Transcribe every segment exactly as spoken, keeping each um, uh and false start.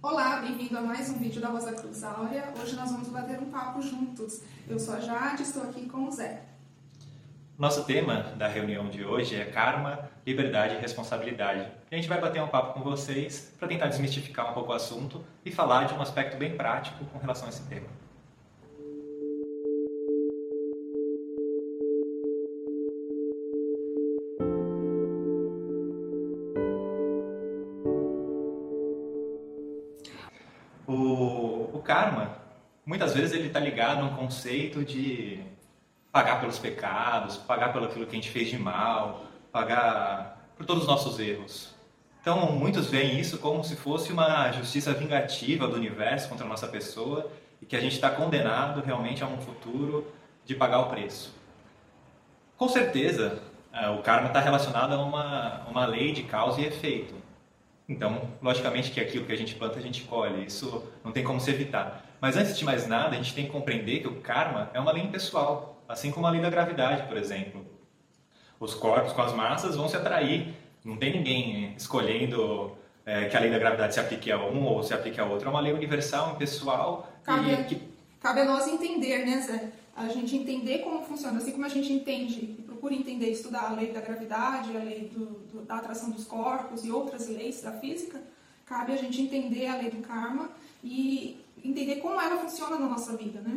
Olá, bem-vindo a mais um vídeo da Rosa Cruz Áurea. Hoje nós vamos bater um papo juntos. Eu sou a Jade, estou aqui com o Zé. Nosso tema da reunião de hoje é karma, liberdade e responsabilidade. E a gente vai bater um papo com vocês para tentar desmistificar um pouco o assunto e falar de um aspecto bem prático com relação a esse tema. O, o karma, muitas vezes ele está ligado a um conceito de pagar pelos pecados, pagar pelo aquilo que a gente fez de mal, pagar por todos os nossos erros. Então, muitos veem isso como se fosse uma justiça vingativa do universo contra a nossa pessoa e que a gente está condenado realmente a um futuro de pagar o preço. Com certeza, o karma está relacionado a uma, uma lei de causa e efeito. Então, logicamente que aquilo que a gente planta, a gente colhe. Isso não tem como se evitar. Mas antes de mais nada, a gente tem que compreender que o karma é uma lei impessoal, assim como a lei da gravidade, por exemplo. Os corpos com as massas vão se atrair. Não tem ninguém escolhendo é, que a lei da gravidade se aplique a um ou se aplique a outro. É uma lei universal, impessoal. Cabe, e que... cabe a nós entender, né, Zé? A gente entender como funciona, assim como a gente entende e procura entender e estudar a lei da gravidade, a lei do, do, da atração dos corpos e outras leis da física, cabe a gente entender a lei do karma e entender como ela funciona na nossa vida, né?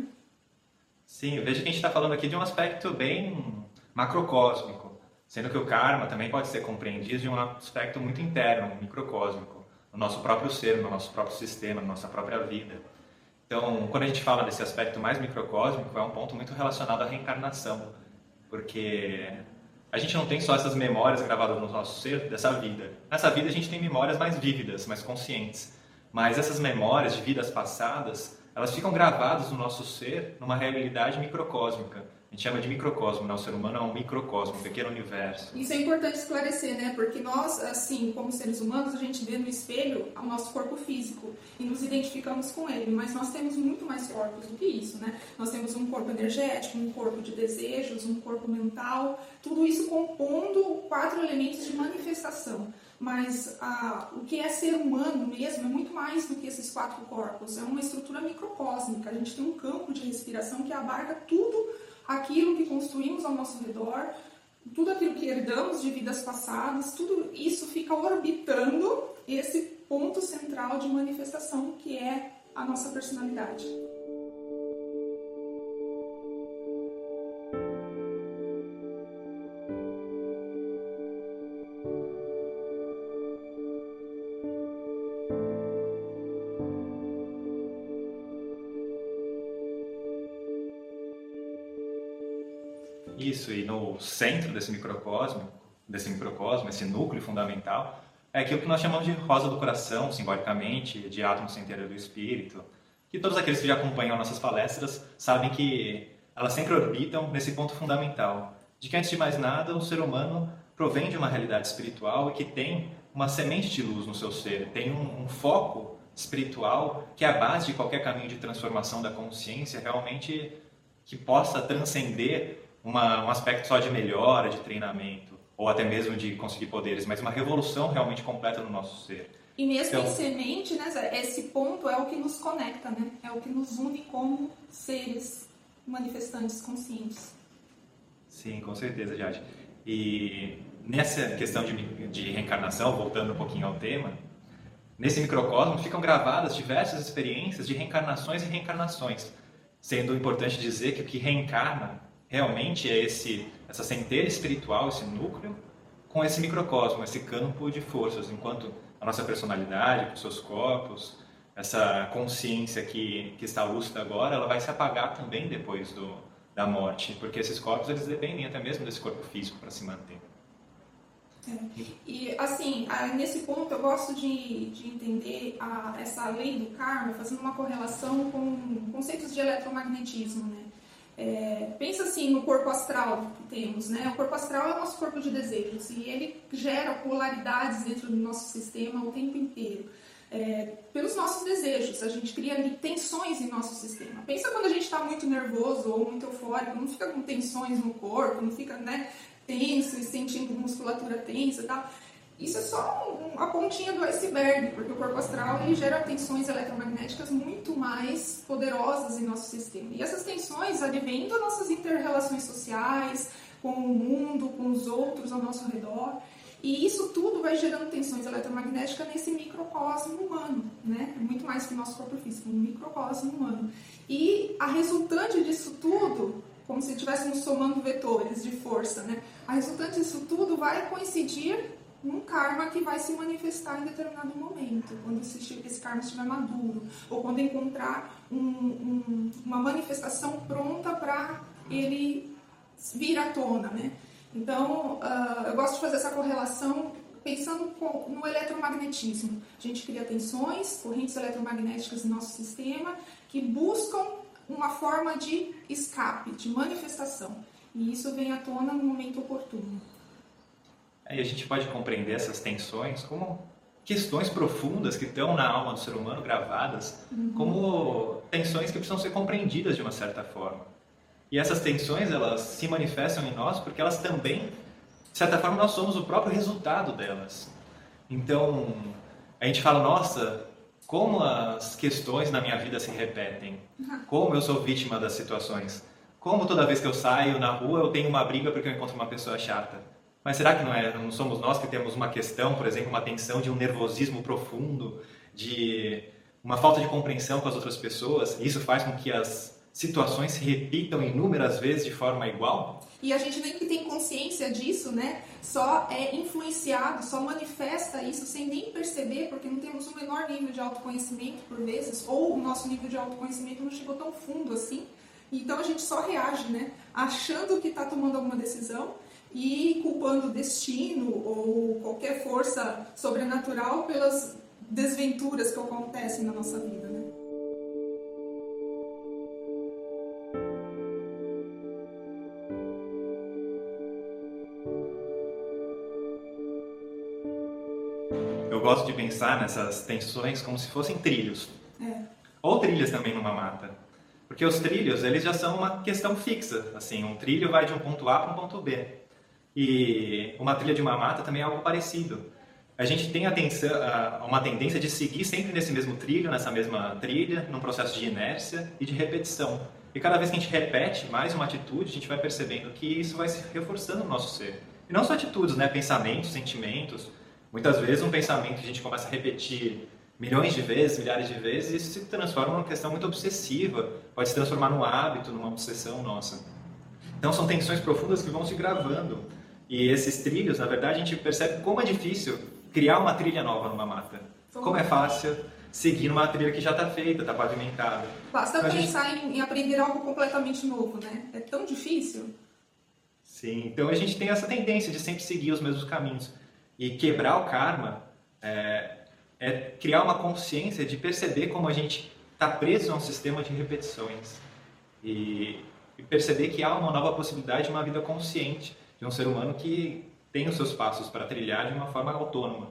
Sim, veja que a gente está falando aqui de um aspecto bem macrocósmico, sendo que o karma também pode ser compreendido de um aspecto muito interno, microcósmico, no nosso próprio ser, no nosso próprio sistema, na nossa própria vida. Então, quando a gente fala desse aspecto mais microcósmico, é um ponto muito relacionado à reencarnação, porque a gente não tem só essas memórias gravadas no nosso ser dessa vida. Nessa vida a gente tem memórias mais vívidas, mais conscientes, mas essas memórias de vidas passadas, elas ficam gravadas no nosso ser numa realidade microcósmica. A gente chama de microcosmo, né? O ser humano é um microcosmo, um pequeno universo. Isso é importante esclarecer, né? Porque nós, assim, como seres humanos, a gente vê no espelho o nosso corpo físico e nos identificamos com ele, mas nós temos muito mais corpos do que isso, né? Nós temos um corpo energético, um corpo de desejos, um corpo mental, tudo isso compondo quatro elementos de manifestação. Mas ah, o que é ser humano mesmo é muito mais do que esses quatro corpos, é uma estrutura microcósmica. A gente tem um campo de respiração que abarca tudo aquilo que construímos ao nosso redor, tudo aquilo que herdamos de vidas passadas, tudo isso fica orbitando esse ponto central de manifestação que é a nossa personalidade. Isso, e no centro desse microcosmo, desse microcosmo, esse núcleo fundamental, é aquilo que nós chamamos de rosa do coração, simbolicamente, de átomo centenário do espírito, que todos aqueles que já acompanham nossas palestras sabem que elas sempre orbitam nesse ponto fundamental, de que antes de mais nada o ser humano provém de uma realidade espiritual e que tem uma semente de luz no seu ser, tem um, um foco espiritual que é a base de qualquer caminho de transformação da consciência, realmente que possa transcender Uma, um aspecto só de melhora, de treinamento, ou até mesmo de conseguir poderes, mas uma revolução realmente completa no nosso ser. E mesmo então, em semente, né, Zé, esse ponto é o que nos conecta, né? É o que nos une como seres manifestantes conscientes. Sim, com certeza, Jade. E nessa questão de, de reencarnação, voltando um pouquinho ao tema, nesse microcosmo ficam gravadas diversas experiências de reencarnações e reencarnações, sendo importante dizer que o que reencarna realmente é esse, essa centelha espiritual, esse núcleo, com esse microcosmo, esse campo de forças, enquanto a nossa personalidade, com seus corpos, essa consciência que, que está lúcida agora, ela vai se apagar também depois do, da morte, porque esses corpos eles dependem até mesmo desse corpo físico para se manter. É. E assim, nesse ponto eu gosto de, de entender a, essa lei do karma fazendo uma correlação com conceitos de eletromagnetismo, né? É, pensa assim no corpo astral que temos, né? O corpo astral é o nosso corpo de desejos e ele gera polaridades dentro do nosso sistema o tempo inteiro. É, pelos nossos desejos, a gente cria ali tensões em nosso sistema. Pensa quando a gente está muito nervoso ou muito eufórico, não fica com tensões no corpo, não fica, né, tenso e sentindo musculatura tensa e tal. isso é só um, a pontinha do iceberg, porque o corpo astral ele gera tensões eletromagnéticas muito mais poderosas em nosso sistema. E essas tensões advêm das nossas inter-relações sociais, com o mundo, com os outros ao nosso redor. E isso tudo vai gerando tensões eletromagnéticas nesse microcosmo humano, né? É muito mais que o nosso corpo físico, um microcosmo humano. E a resultante disso tudo, como se estivéssemos somando vetores de força, né? A resultante disso tudo vai coincidir num karma que vai se manifestar em determinado momento, quando esse, esse karma estiver maduro, ou quando encontrar um, um, uma manifestação pronta para ele vir à tona, né? Então, uh, eu gosto de fazer essa correlação pensando no eletromagnetismo. A gente cria tensões, correntes eletromagnéticas no nosso sistema que buscam uma forma de escape, de manifestação. E isso vem à tona no momento oportuno. Aí a gente pode compreender essas tensões como questões profundas que estão na alma do ser humano gravadas, uhum. como tensões que precisam ser compreendidas de uma certa forma. E essas tensões, elas se manifestam em nós porque elas também, de certa forma, nós somos o próprio resultado delas. Então, a gente fala, nossa, como as questões na minha vida se repetem, como eu sou vítima das situações, como toda vez que eu saio na rua eu tenho uma briga porque eu encontro uma pessoa chata. Mas será que não, é, não somos nós que temos uma questão, por exemplo, uma tensão de um nervosismo profundo, de uma falta de compreensão com as outras pessoas, e isso faz com que as situações se repitam inúmeras vezes de forma igual? E a gente nem que tem consciência disso, né? Só é influenciado, só manifesta isso sem nem perceber, porque não temos um menor nível de autoconhecimento por vezes, ou o nosso nível de autoconhecimento não chegou tão fundo assim. Então a gente só reage, né? Achando que está tomando alguma decisão e culpando o destino ou qualquer força sobrenatural pelas desventuras que acontecem na nossa vida, né? Eu gosto de pensar nessas tensões como se fossem trilhos. É. Ou trilhas também numa mata. Porque os trilhos, eles já são uma questão fixa. Assim, um trilho vai de um ponto A para um ponto B. E uma trilha de uma mata também é algo parecido. A gente tem a tensão, uma tendência de seguir sempre nesse mesmo trilho, nessa mesma trilha, num processo de inércia e de repetição. E cada vez que a gente repete mais uma atitude, a gente vai percebendo que isso vai se reforçando no nosso ser. E não só atitudes, né? Pensamentos, sentimentos. Muitas vezes um pensamento que a gente começa a repetir milhões de vezes, milhares de vezes, isso se transforma numa questão muito obsessiva, pode se transformar num hábito, numa obsessão nossa. Então são tensões profundas que vão se gravando. E esses trilhos, na verdade, a gente percebe como é difícil criar uma trilha nova numa mata. Como é fácil seguir numa trilha que já está feita, está pavimentada. Basta então, pensar gente... em, em aprender algo completamente novo, né? É tão difícil. Sim, então a gente tem essa tendência de sempre seguir os mesmos caminhos. E quebrar o karma é, é criar uma consciência de perceber como a gente está preso a um sistema de repetições. E, e perceber que há uma nova possibilidade de uma vida consciente, de um ser humano que tem os seus passos para trilhar de uma forma autônoma.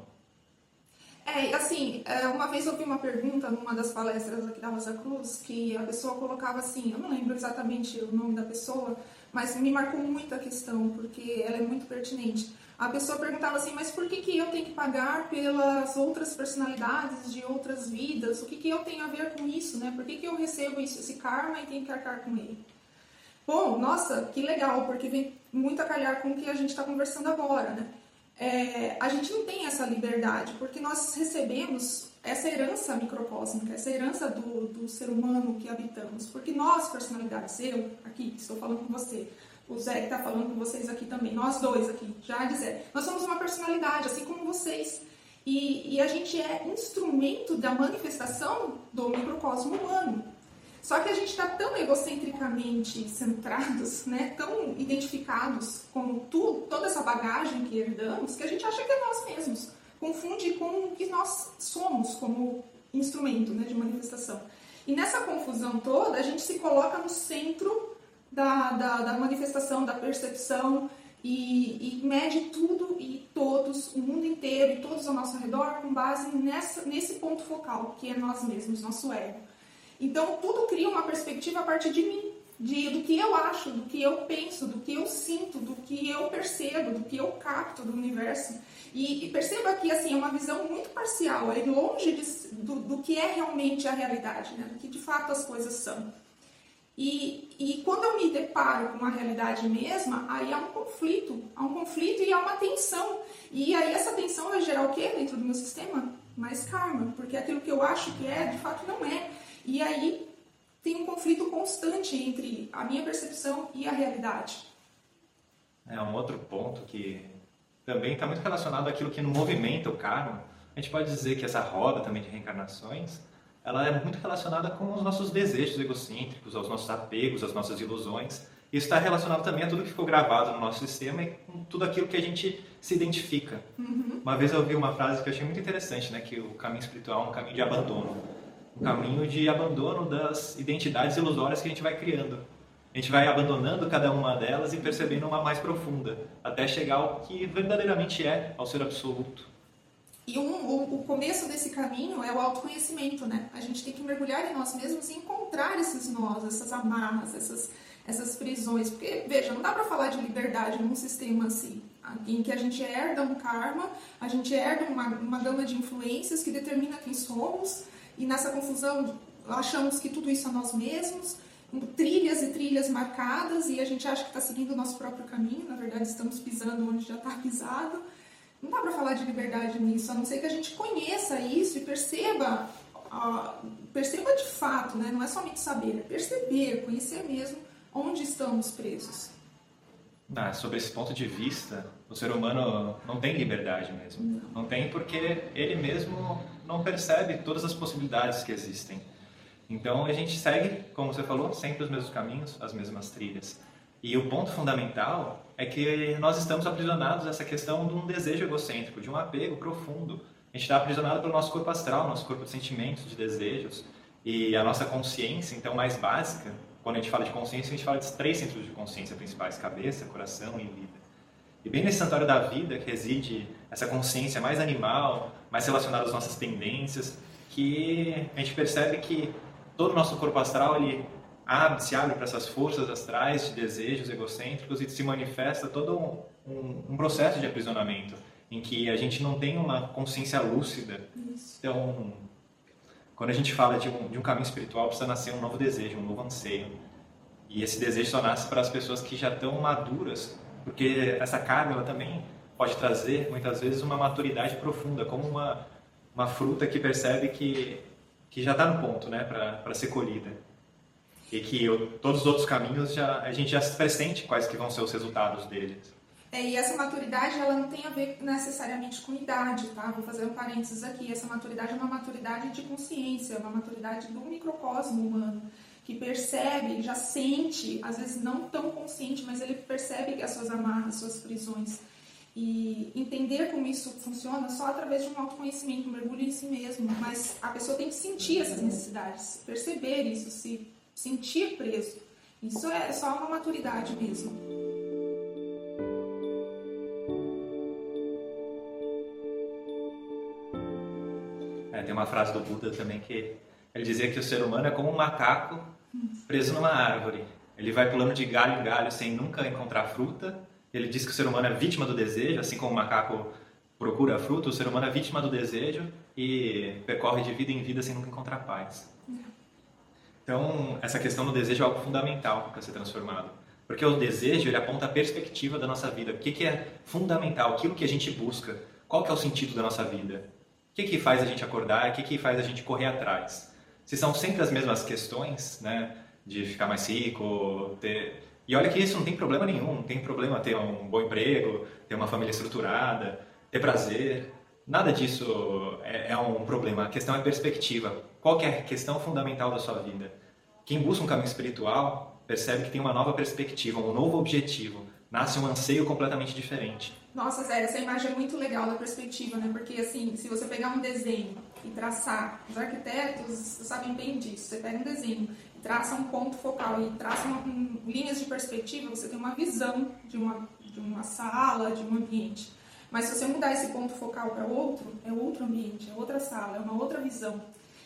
É, assim, uma vez eu vi uma pergunta numa das palestras aqui da Rosa Cruz, que a pessoa colocava assim, eu não lembro exatamente o nome da pessoa, mas me marcou muito a questão, porque ela é muito pertinente. A pessoa perguntava assim, mas por que, que eu tenho que pagar pelas outras personalidades de outras vidas? O que, que eu tenho a ver com isso, né? Por que, que eu recebo isso, esse karma e tenho que arcar com ele? Bom, nossa, que legal, porque vem muito a calhar com o que a gente está conversando agora, né? É, a gente não tem essa liberdade, porque nós recebemos essa herança microcósmica, essa herança do, do ser humano que habitamos. Porque nós, personalidades, eu aqui, estou falando com você, o Zé que está falando com vocês aqui também, nós dois aqui, já dizer, nós somos uma personalidade, assim como vocês. E, e a gente é instrumento da manifestação do microcosmo humano. Só que a gente está tão egocentricamente centrados, né, tão identificados com tudo, toda essa bagagem que herdamos, que a gente acha que é nós mesmos. Confunde com o que nós somos como instrumento, né, de manifestação. E nessa confusão toda, a gente se coloca no centro da, da, da manifestação, da percepção, e, e mede tudo e todos, o mundo inteiro e todos ao nosso redor, com base nessa, nesse ponto focal, que é nós mesmos, nosso ego. Então, tudo cria uma perspectiva a partir de mim. de, do que eu acho, do que eu penso, do que eu sinto, do que eu percebo, do que eu capto do universo. E, e perceba que assim, é uma visão muito parcial, é longe de, do, do que é realmente a realidade, né? Do que de fato as coisas são. E, e quando eu me deparo com a realidade mesma, aí há um conflito, há um conflito e há uma tensão. E aí essa tensão vai gerar o quê dentro do meu sistema? Mais karma, porque aquilo que eu acho que é, de fato não é. E aí tem um conflito constante entre a minha percepção e a realidade. É um outro ponto que também está muito relacionado àquilo que no movimento, o karma, a gente pode dizer que essa roda também de reencarnações, ela é muito relacionada com os nossos desejos egocêntricos, aos nossos apegos, às nossas ilusões. Isso está relacionado também a tudo que ficou gravado no nosso sistema e com tudo aquilo que a gente se identifica. Uhum. Uma vez eu ouvi uma frase que eu achei muito interessante, né? Que o caminho espiritual é um caminho de abandono. Um caminho de abandono das identidades ilusórias que a gente vai criando. A gente vai abandonando cada uma delas e percebendo uma mais profunda, até chegar ao que verdadeiramente é, ao ser absoluto. E um, o, o começo desse caminho é o autoconhecimento, né? A gente tem que mergulhar em nós mesmos e encontrar esses nós, essas amarras, essas, essas prisões. Porque, veja, não dá para falar de liberdade num sistema assim, em que a gente herda um karma, a gente herda uma, uma gama de influências que determina quem somos, e nessa confusão achamos que tudo isso é nós mesmos, trilhas e trilhas marcadas, e a gente acha que está seguindo o nosso próprio caminho, na verdade estamos pisando onde já está pisado. Não dá para falar de liberdade nisso, a não ser que a gente conheça isso e perceba, uh, perceba de fato, né? Não é somente saber, é perceber, conhecer mesmo onde estamos presos. Ah, sobre esse ponto de vista, o ser humano não tem liberdade mesmo. Não, não tem porque ele mesmo não percebe todas as possibilidades que existem. Então a gente segue, como você falou, sempre os mesmos caminhos, as mesmas trilhas. E o ponto fundamental é que nós estamos aprisionados nessa questão de um desejo egocêntrico, de um apego profundo. A gente está aprisionado pelo nosso corpo astral, nosso corpo de sentimentos, de desejos. E a nossa consciência, então, mais básica, quando a gente fala de consciência, a gente fala de três centros de consciência principais: cabeça, coração e vida. E bem nesse santuário da vida que reside essa consciência mais animal, mais relacionada às nossas tendências, que a gente percebe que todo o nosso corpo astral ele abre, se abre para essas forças astrais de desejos egocêntricos e se manifesta todo um, um, um processo de aprisionamento, em que a gente não tem uma consciência lúcida. Isso. Então, quando a gente fala de um, de um caminho espiritual, precisa nascer um novo desejo, um novo anseio. E esse desejo só nasce para as pessoas que já estão maduras, porque essa carga ela também pode trazer, muitas vezes, uma maturidade profunda, como uma, uma fruta que percebe que, que já está no ponto, né, para ser colhida. E que eu, todos os outros caminhos, já, a gente já se pressente quais que vão ser os resultados deles. É, e essa maturidade, ela não tem a ver necessariamente com idade, tá? Vou fazer um parênteses aqui. Essa maturidade é uma maturidade de consciência, é uma maturidade do microcosmo humano, que percebe, já sente, às vezes não tão consciente, mas ele percebe as suas amarras, as suas prisões. E entender como isso funciona só através de um autoconhecimento, um mergulho em si mesmo. Mas a pessoa tem que sentir essas necessidades, perceber isso, se sentir preso. Isso é só uma maturidade mesmo. É, tem uma frase do Buda também que ele dizia que o ser humano é como um macaco preso numa árvore. Ele vai pulando de galho em galho sem nunca encontrar fruta. Ele diz que o ser humano é vítima do desejo, assim como o macaco procura a fruta, o ser humano é vítima do desejo e percorre de vida em vida sem nunca encontrar paz. Então, essa questão do desejo é algo fundamental para ser transformado. Porque o desejo, ele aponta a perspectiva da nossa vida. O que, que é fundamental? Aquilo que a gente busca. Qual que é o sentido da nossa vida? O que, que faz a gente acordar? O que, que faz a gente correr atrás? Se são sempre as mesmas questões, né? De ficar mais rico, ter... E olha que isso não tem problema nenhum. Não tem problema ter um bom emprego, ter uma família estruturada, ter prazer. Nada disso é, é um problema. A questão é perspectiva. Qual que é a questão fundamental da sua vida? Quem busca um caminho espiritual percebe que tem uma nova perspectiva, um novo objetivo. Nasce um anseio completamente diferente. Nossa, Zé, essa imagem é muito legal da perspectiva, né? Porque, assim, se você pegar um desenho e traçar, os arquitetos sabem bem disso. Você pega um desenho e traça um ponto focal e traça uma, um, linhas de perspectiva, você tem uma visão de uma, de uma sala, de um ambiente. Mas se você mudar esse ponto focal para outro, é outro ambiente, é outra sala, é uma outra visão.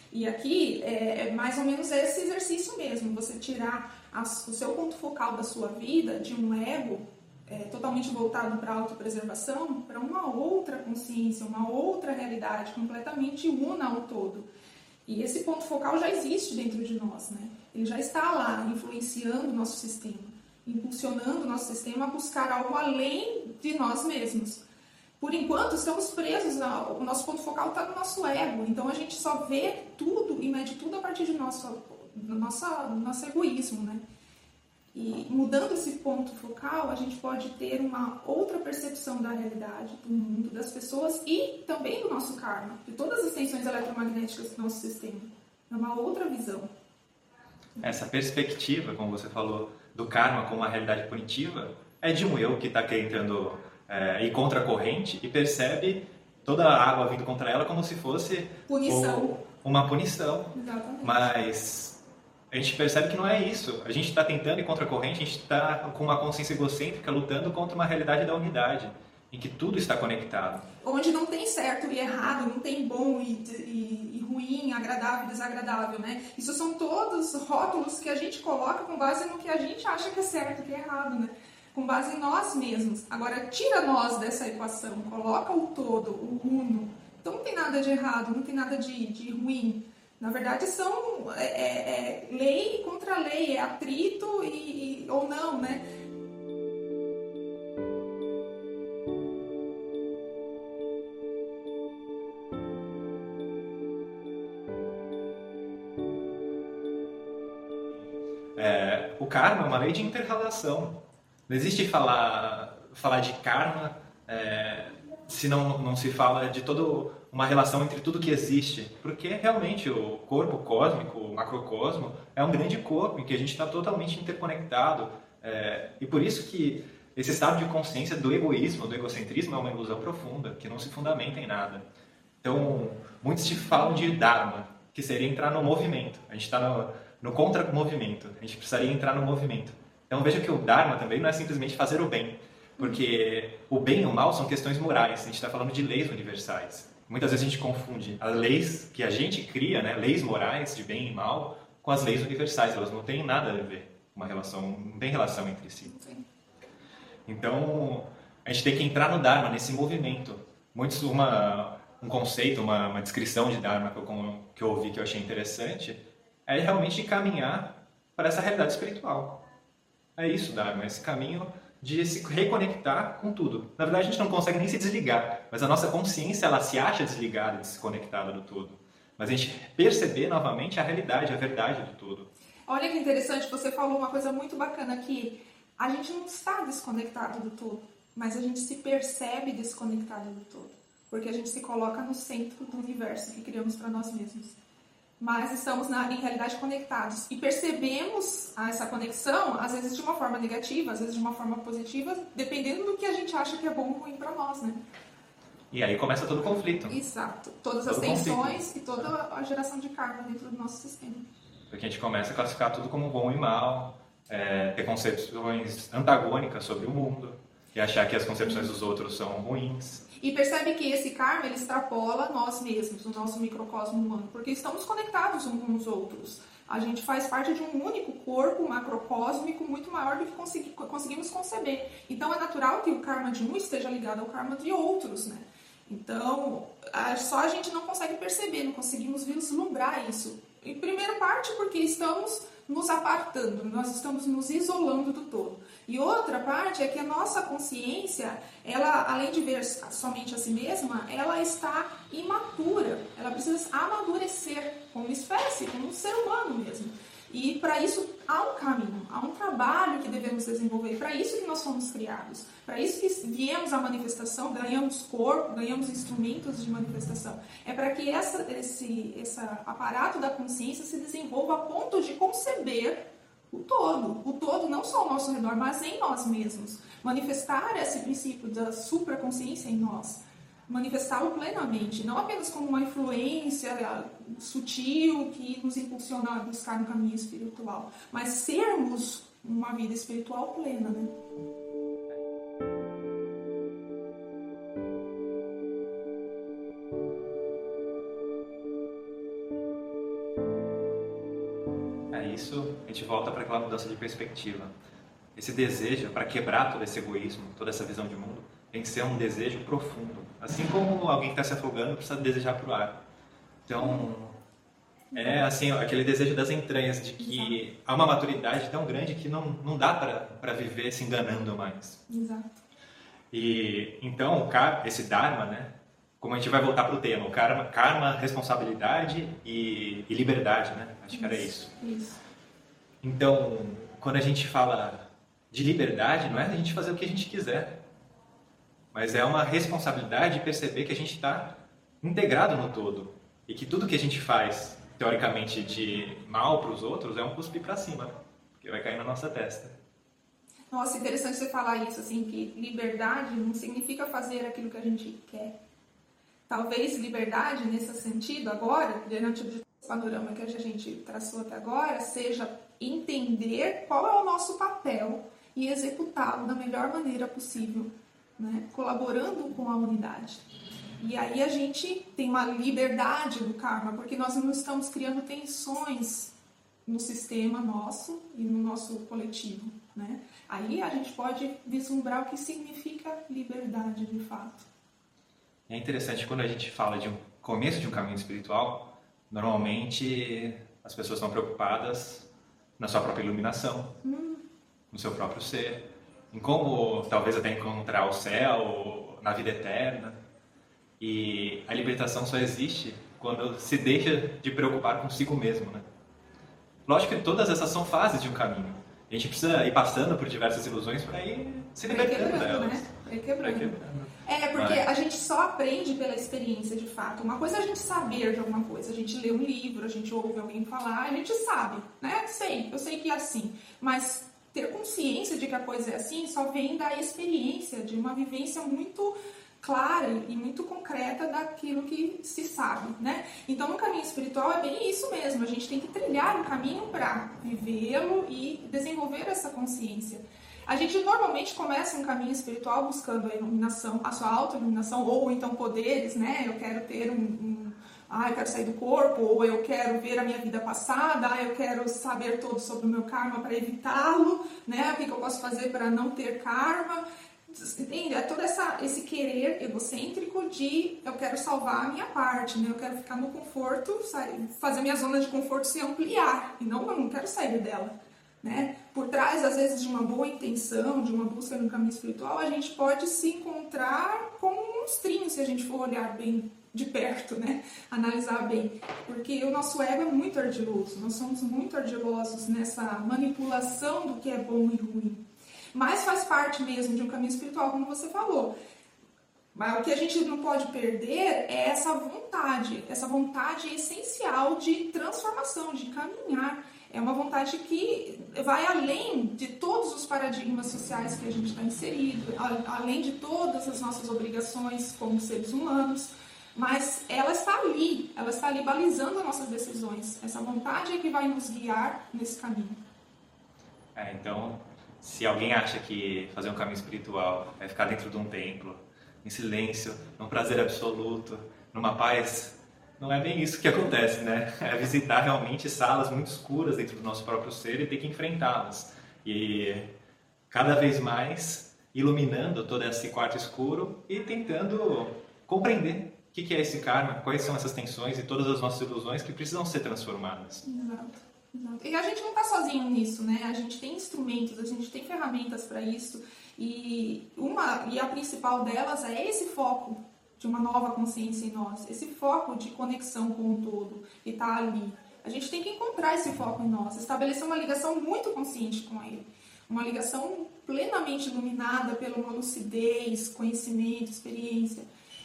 E aqui é, é mais ou menos esse exercício mesmo, você tirar as, o seu ponto focal da sua vida de um ego é, totalmente voltado para a autopreservação, para uma outra consciência, uma outra realidade completamente una ao todo. E esse ponto focal já existe dentro de nós, né? Ele já está lá, influenciando o nosso sistema, impulsionando o nosso sistema a buscar algo além de nós mesmos. Por enquanto, estamos presos, ao, o nosso ponto focal está no nosso ego, então a gente só vê tudo e mede tudo a partir de nosso, nossa, nosso egoísmo, né? E mudando esse ponto focal, a gente pode ter uma outra percepção da realidade, do mundo, das pessoas e também do nosso karma, de todas as tensões eletromagnéticas do nosso sistema. É uma outra visão. Essa perspectiva, como você falou, do karma como uma realidade punitiva, é de um eu que está tentando é, ir contra a corrente e percebe toda a água vindo contra ela como se fosse punição. O, uma punição. Exatamente. Mas a gente percebe que não é isso. A gente está tentando ir contra a corrente, a gente está com uma consciência egocêntrica lutando contra uma realidade da unidade, em que tudo está conectado. Onde não tem certo e errado, não tem bom e, e, e ruim, agradável e desagradável, né? Isso são todos rótulos que a gente coloca com base no que a gente acha que é certo e que é errado, né? Com base em nós mesmos. Agora, tira nós dessa equação, coloca o todo, o uno. Então não tem nada de errado, não tem nada de, de ruim. Na verdade, são é, é, é lei contra lei, é atrito e, e, ou não, né? É, o karma é uma lei de inter-relação. Não existe falar, falar de karma é, se não, não se fala de toda uma relação entre tudo que existe. Porque realmente o corpo cósmico, o macrocosmo, é um grande corpo em que a gente está totalmente interconectado. É, e por isso que esse estado de consciência do egoísmo, do egocentrismo, é uma ilusão profunda, que não se fundamenta em nada. Então, muitos te falam de Dharma, que seria entrar no movimento. A gente está no, no contra-movimento. A gente precisaria entrar no movimento. Então veja que o Dharma também não é simplesmente fazer o bem, porque o bem e o mal são questões morais, a gente está falando de leis universais. Muitas vezes a gente confunde as leis que a gente cria, né, leis morais de bem e mal, com as leis universais, elas não têm nada a ver, uma relação, não tem relação entre si. Então a gente tem que entrar no Dharma, nesse movimento. Muitos, uma, um conceito, uma, uma descrição de Dharma que eu, que eu ouvi que eu achei interessante, é realmente caminhar para essa realidade espiritual. É isso, Dharma, esse caminho de se reconectar com tudo. Na verdade, a gente não consegue nem se desligar, mas a nossa consciência, ela se acha desligada, desconectada do todo. Mas a gente perceber novamente a realidade, a verdade do todo. Olha que interessante, você falou uma coisa muito bacana aqui. A gente não está desconectado do todo, mas a gente se percebe desconectado do todo. Porque a gente se coloca no centro do universo que criamos para nós mesmos. Mas estamos, na, em realidade, conectados. E percebemos essa conexão, às vezes de uma forma negativa, às vezes de uma forma positiva, dependendo do que a gente acha que é bom ou ruim para nós, né? E aí começa todo o conflito. Exato. Todas todo as tensões conflito. e toda a geração de karma dentro do nosso sistema. Porque a gente começa a classificar tudo como bom e mal, é, ter concepções antagônicas sobre o mundo, e achar que as concepções dos outros são ruins. E percebe que esse karma, ele extrapola nós mesmos, o nosso microcosmo humano, porque estamos conectados uns com os outros. A gente faz parte de um único corpo macrocósmico muito maior do que consegui, conseguimos conceber. Então é natural que o karma de um esteja ligado ao karma de outros, né? Então, só a gente não consegue perceber, não conseguimos vislumbrar isso. Em primeira parte, porque estamos nos apartando, nós estamos nos isolando do todo. E outra parte é que a nossa consciência, ela, além de ver somente a si mesma, ela está imatura, ela precisa amadurecer como espécie, como um ser humano mesmo. E para isso há um caminho, há um trabalho que devemos desenvolver, para isso que nós fomos criados, para isso que viemos à manifestação, ganhamos corpo, ganhamos instrumentos de manifestação. É para que essa, esse, esse aparato da consciência se desenvolva a ponto de conceber o todo, o todo não só ao nosso redor, mas em nós mesmos. Manifestar esse princípio da supraconsciência em nós. Manifestá-lo plenamente, não apenas como uma influência sutil que nos impulsiona a buscar um caminho espiritual, mas sermos uma vida espiritual plena, né? É isso, a gente volta para aquela mudança de perspectiva. Esse desejo, para quebrar todo esse egoísmo, toda essa visão de mundo, tem que ser um desejo profundo. Assim como alguém que está se afogando precisa desejar para o ar. Então, é assim, aquele desejo das entranhas de que há uma maturidade tão grande que não, não dá para viver se enganando mais. Exato. E então, esse Dharma, né? Como a gente vai voltar para o tema, o karma, karma responsabilidade e, e liberdade, né? Acho que era isso. Isso. Então, quando a gente fala de liberdade, não é a gente fazer o que a gente quiser, mas é uma responsabilidade de perceber que a gente está integrado no todo e que tudo que a gente faz, teoricamente, de mal para os outros é um cuspir para cima, que vai cair na nossa testa. Nossa, interessante você falar isso, assim, que liberdade não significa fazer aquilo que a gente quer. Talvez liberdade, nesse sentido, agora, diante do panorama que a gente traçou até agora, seja entender qual é o nosso papel e executá-lo da melhor maneira possível, né? Colaborando com a unidade. E aí a gente tem uma liberdade do karma, porque nós não estamos criando tensões no sistema nosso e no nosso coletivo, né? Aí a gente pode vislumbrar o que significa liberdade de fato. É interessante, quando a gente fala de um começo de um caminho espiritual, normalmente as pessoas estão preocupadas na sua própria iluminação, hum. no seu próprio ser, em como talvez até encontrar o céu, na vida eterna. E a libertação só existe quando se deixa de preocupar consigo mesmo, né? Lógico que todas essas são fases de um caminho. A gente precisa ir passando por diversas ilusões para ir se libertando delas. Né? Pra ir quebrando. Pra ir quebrando. É, porque Mas... a gente só aprende pela experiência, de fato. Uma coisa é a gente saber de alguma coisa. A gente lê um livro, a gente ouve alguém falar, a gente sabe, né? Sei, eu sei que é assim. Mas ter consciência de que a coisa é assim só vem da experiência, de uma vivência muito clara e muito concreta daquilo que se sabe, né? Então, no caminho espiritual é bem isso mesmo. A gente tem que trilhar o caminho para vivê-lo e desenvolver essa consciência. A gente normalmente começa um caminho espiritual buscando a iluminação, a sua auto-iluminação, ou então poderes, né? Eu quero ter um, um... Ah, eu quero sair do corpo, ou eu quero ver a minha vida passada, ah, eu quero saber tudo sobre o meu karma para evitá-lo, né? O que, que eu posso fazer para não ter karma? Entende? É todo essa, esse querer egocêntrico de eu quero salvar a minha parte, né? Eu quero ficar no conforto, sair, fazer minha zona de conforto se ampliar, e não, eu não quero sair dela. Né? Por trás, às vezes, de uma boa intenção, de uma busca no caminho espiritual, a gente pode se encontrar como um monstrinho, se a gente for olhar bem de perto, né? Analisar bem. Porque o nosso ego é muito ardiloso, nós somos muito ardilosos nessa manipulação do que é bom e ruim. Mas faz parte mesmo de um caminho espiritual, como você falou. Mas o que a gente não pode perder é essa vontade, essa vontade essencial de transformação, de caminhar. É uma vontade que vai além de todos os paradigmas sociais que a gente está inserido, além de todas as nossas obrigações como seres humanos, mas ela está ali, ela está ali balizando as nossas decisões. Essa vontade é que vai nos guiar nesse caminho. É, então, se alguém acha que fazer um caminho espiritual é ficar dentro de um templo, em silêncio, num prazer absoluto, numa paz... Não é bem isso que acontece, né? É visitar realmente salas muito escuras dentro do nosso próprio ser e ter que enfrentá-las. E cada vez mais iluminando todo esse quarto escuro e tentando compreender o que é esse karma, quais são essas tensões e todas as nossas ilusões que precisam ser transformadas. Exato, exato. E a gente não está sozinho nisso, né? A gente tem instrumentos, a gente tem ferramentas para isso. E, uma, e a principal delas é esse foco de uma nova consciência em nós, esse foco de conexão com o todo que está ali. A gente tem que encontrar esse foco em nós, estabelecer uma ligação muito consciente com ele, uma ligação plenamente iluminada pela uma lucidez, conhecimento, experiência.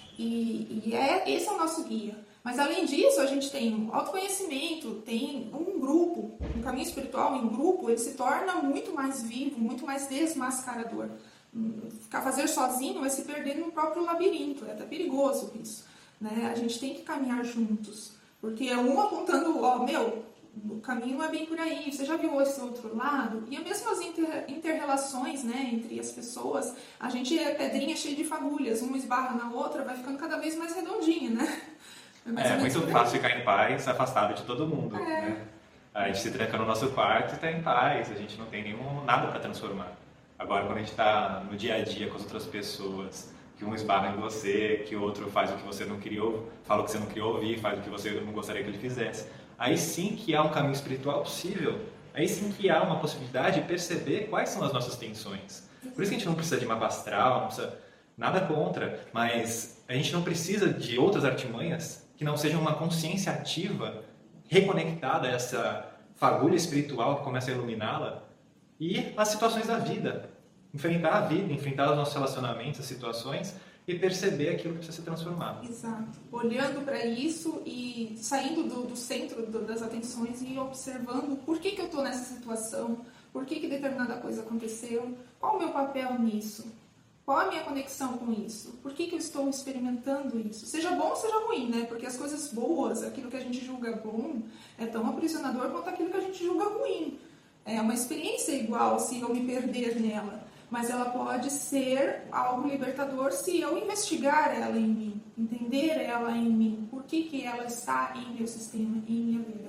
E, e é, esse é o nosso guia. Mas além disso, a gente tem um autoconhecimento, tem um grupo, um caminho espiritual em grupo, ele se torna muito mais vivo, muito mais desmascarador. Ficar fazer sozinho vai se perder no próprio labirinto, é até perigoso isso, né? A gente tem que caminhar juntos, porque um apontando, ó, meu, o caminho é bem por aí, você já viu esse outro lado? E mesmo as inter, inter-relações, né, entre as pessoas, a gente é pedrinha cheia de fagulhas, uma esbarra na outra, vai ficando cada vez mais redondinha, né? É, é muito fácil ficar em paz, afastado de todo mundo, é. né? A gente se tranca no nosso quarto e está em paz, a gente não tem nenhum, nada para transformar. Agora, quando a gente está no dia a dia com as outras pessoas, que um esbarra em você, que o outro faz o que você não queria, fala o que você não queria ouvir, faz o que você não gostaria que ele fizesse, aí sim que há um caminho espiritual possível, aí sim que há uma possibilidade de perceber quais são as nossas tensões. Por isso que a gente não precisa de mapa astral, não precisa nada contra, mas a gente não precisa de outras artimanhas que não sejam uma consciência ativa, reconectada a essa fagulha espiritual que começa a iluminá-la e as situações da vida. Enfrentar a vida, enfrentar os nossos relacionamentos, as situações e perceber aquilo que precisa ser transformado. Exato. Olhando para isso e saindo do, do centro do, das atenções e observando por que, que eu estou nessa situação, por que, que determinada coisa aconteceu, qual o meu papel nisso, qual a minha conexão com isso, por que, que eu estou experimentando isso, seja bom ou seja ruim, né? Porque as coisas boas, aquilo que a gente julga bom, é tão aprisionador quanto aquilo que a gente julga ruim. É uma experiência igual se eu me perder nela. Mas ela pode ser algo libertador se eu investigar ela em mim, entender ela em mim, por que, que ela está em meu sistema, em minha vida.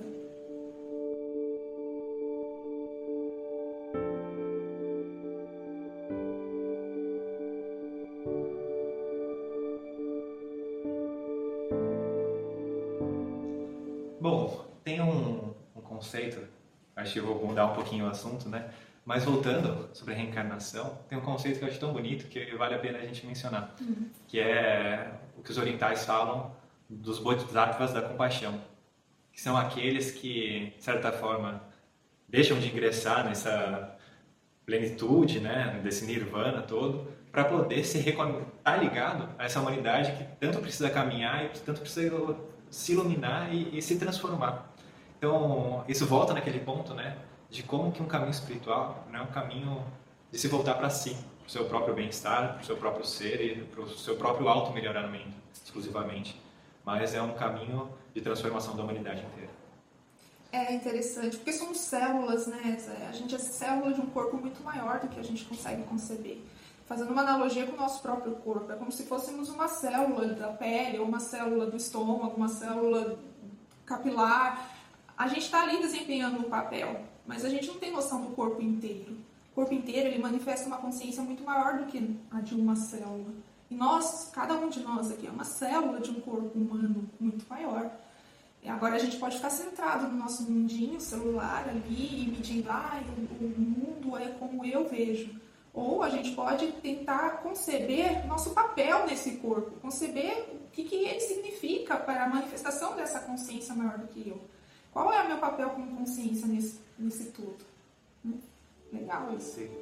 Bom, tem um, um conceito, acho que eu vou mudar um pouquinho o assunto, né? Mas voltando sobre a reencarnação, tem um conceito que eu acho tão bonito que vale a pena a gente mencionar, uhum. que é o que os orientais falam dos bodhisattvas da compaixão, que são aqueles que, de certa forma, deixam de ingressar nessa plenitude, né, desse nirvana todo, para poder se estar ligado a essa humanidade que tanto precisa caminhar e tanto precisa se iluminar e, e se transformar. Então, isso volta naquele ponto, né, de como que um caminho espiritual não é um caminho de se voltar para si, para o seu próprio bem-estar, para o seu próprio ser e para o seu próprio auto-melhoramento, exclusivamente. Mas é um caminho de transformação da humanidade inteira. É interessante, porque somos células, né? A gente é célula de um corpo muito maior do que a gente consegue conceber. Fazendo uma analogia com o nosso próprio corpo, é como se fôssemos uma célula da pele, ou uma célula do estômago, uma célula capilar. A gente está ali desempenhando um papel, mas a gente não tem noção do corpo inteiro. O corpo inteiro ele manifesta uma consciência muito maior do que a de uma célula. E nós, cada um de nós aqui é uma célula de um corpo humano muito maior. E agora a gente pode ficar centrado no nosso mundinho celular ali e medindo, ah, o, o mundo é como eu vejo. Ou a gente pode tentar conceber nosso papel nesse corpo, conceber o que, que ele significa para a manifestação dessa consciência maior do que eu. Qual é o meu papel como consciência nesse, nesse tudo? Hum? Legal isso. Sim.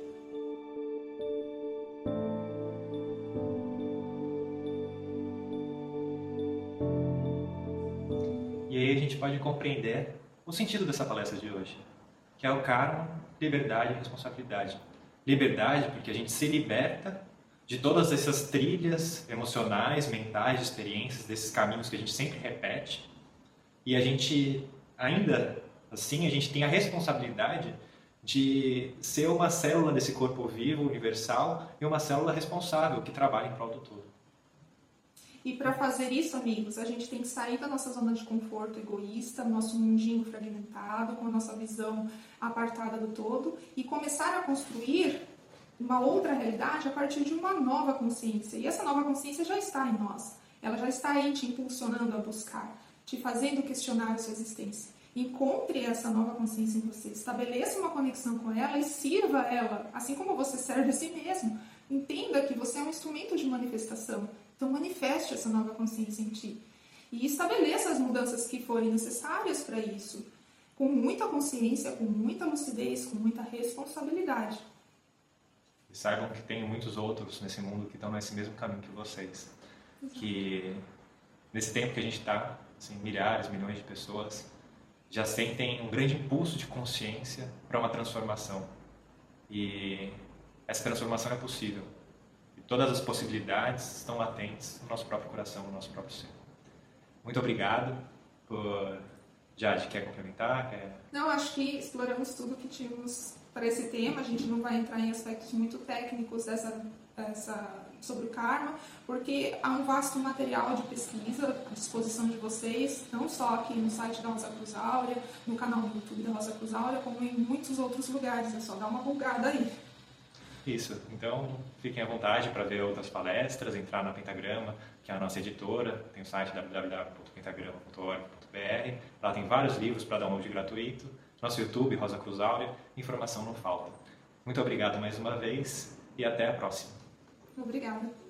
E aí a gente pode compreender o sentido dessa palestra de hoje, que é o karma, liberdade e responsabilidade. Liberdade porque a gente se liberta de todas essas trilhas emocionais, mentais, de experiências, desses caminhos que a gente sempre repete, e a gente ainda assim, a gente tem a responsabilidade de ser uma célula desse corpo vivo, universal, e uma célula responsável, que trabalha em prol do todo. E para fazer isso, amigos, a gente tem que sair da nossa zona de conforto egoísta, nosso mundinho fragmentado, com a nossa visão apartada do todo, e começar a construir uma outra realidade a partir de uma nova consciência. E essa nova consciência já está em nós. Ela já está aí te impulsionando a buscar, te fazendo questionar a sua existência. Encontre essa nova consciência em você, estabeleça uma conexão com ela e sirva ela, assim como você serve a si mesmo. Entenda que você é um instrumento de manifestação, então manifeste essa nova consciência em ti. E estabeleça as mudanças que forem necessárias para isso, com muita consciência, com muita lucidez, com muita responsabilidade. E saibam que tem muitos outros nesse mundo que estão nesse mesmo caminho que vocês. Exato. Que nesse tempo que a gente está, assim, milhares, milhões de pessoas já sentem um grande impulso de consciência para uma transformação. E essa transformação é possível. E todas as possibilidades estão latentes no nosso próprio coração, no nosso próprio ser. Muito obrigado por... Jade, quer complementar? Quer... Não, acho que exploramos tudo que tínhamos para esse tema. A gente não vai entrar em aspectos muito técnicos dessa, dessa sobre o karma, porque há um vasto material de pesquisa à disposição de vocês, não só aqui no site da Rosa Cruz Áurea, no canal do YouTube da Rosa Cruz Áurea, como em muitos outros lugares. É só dar uma bugada aí. Isso, então fiquem à vontade para ver outras palestras, entrar na Pentagrama, que é a nossa editora, tem o site w w w ponto pentagrama ponto org ponto b r, lá tem vários livros para download gratuito, nosso YouTube, Rosa Cruz Áurea, informação não falta. Muito obrigado mais uma vez e até a próxima. Obrigada.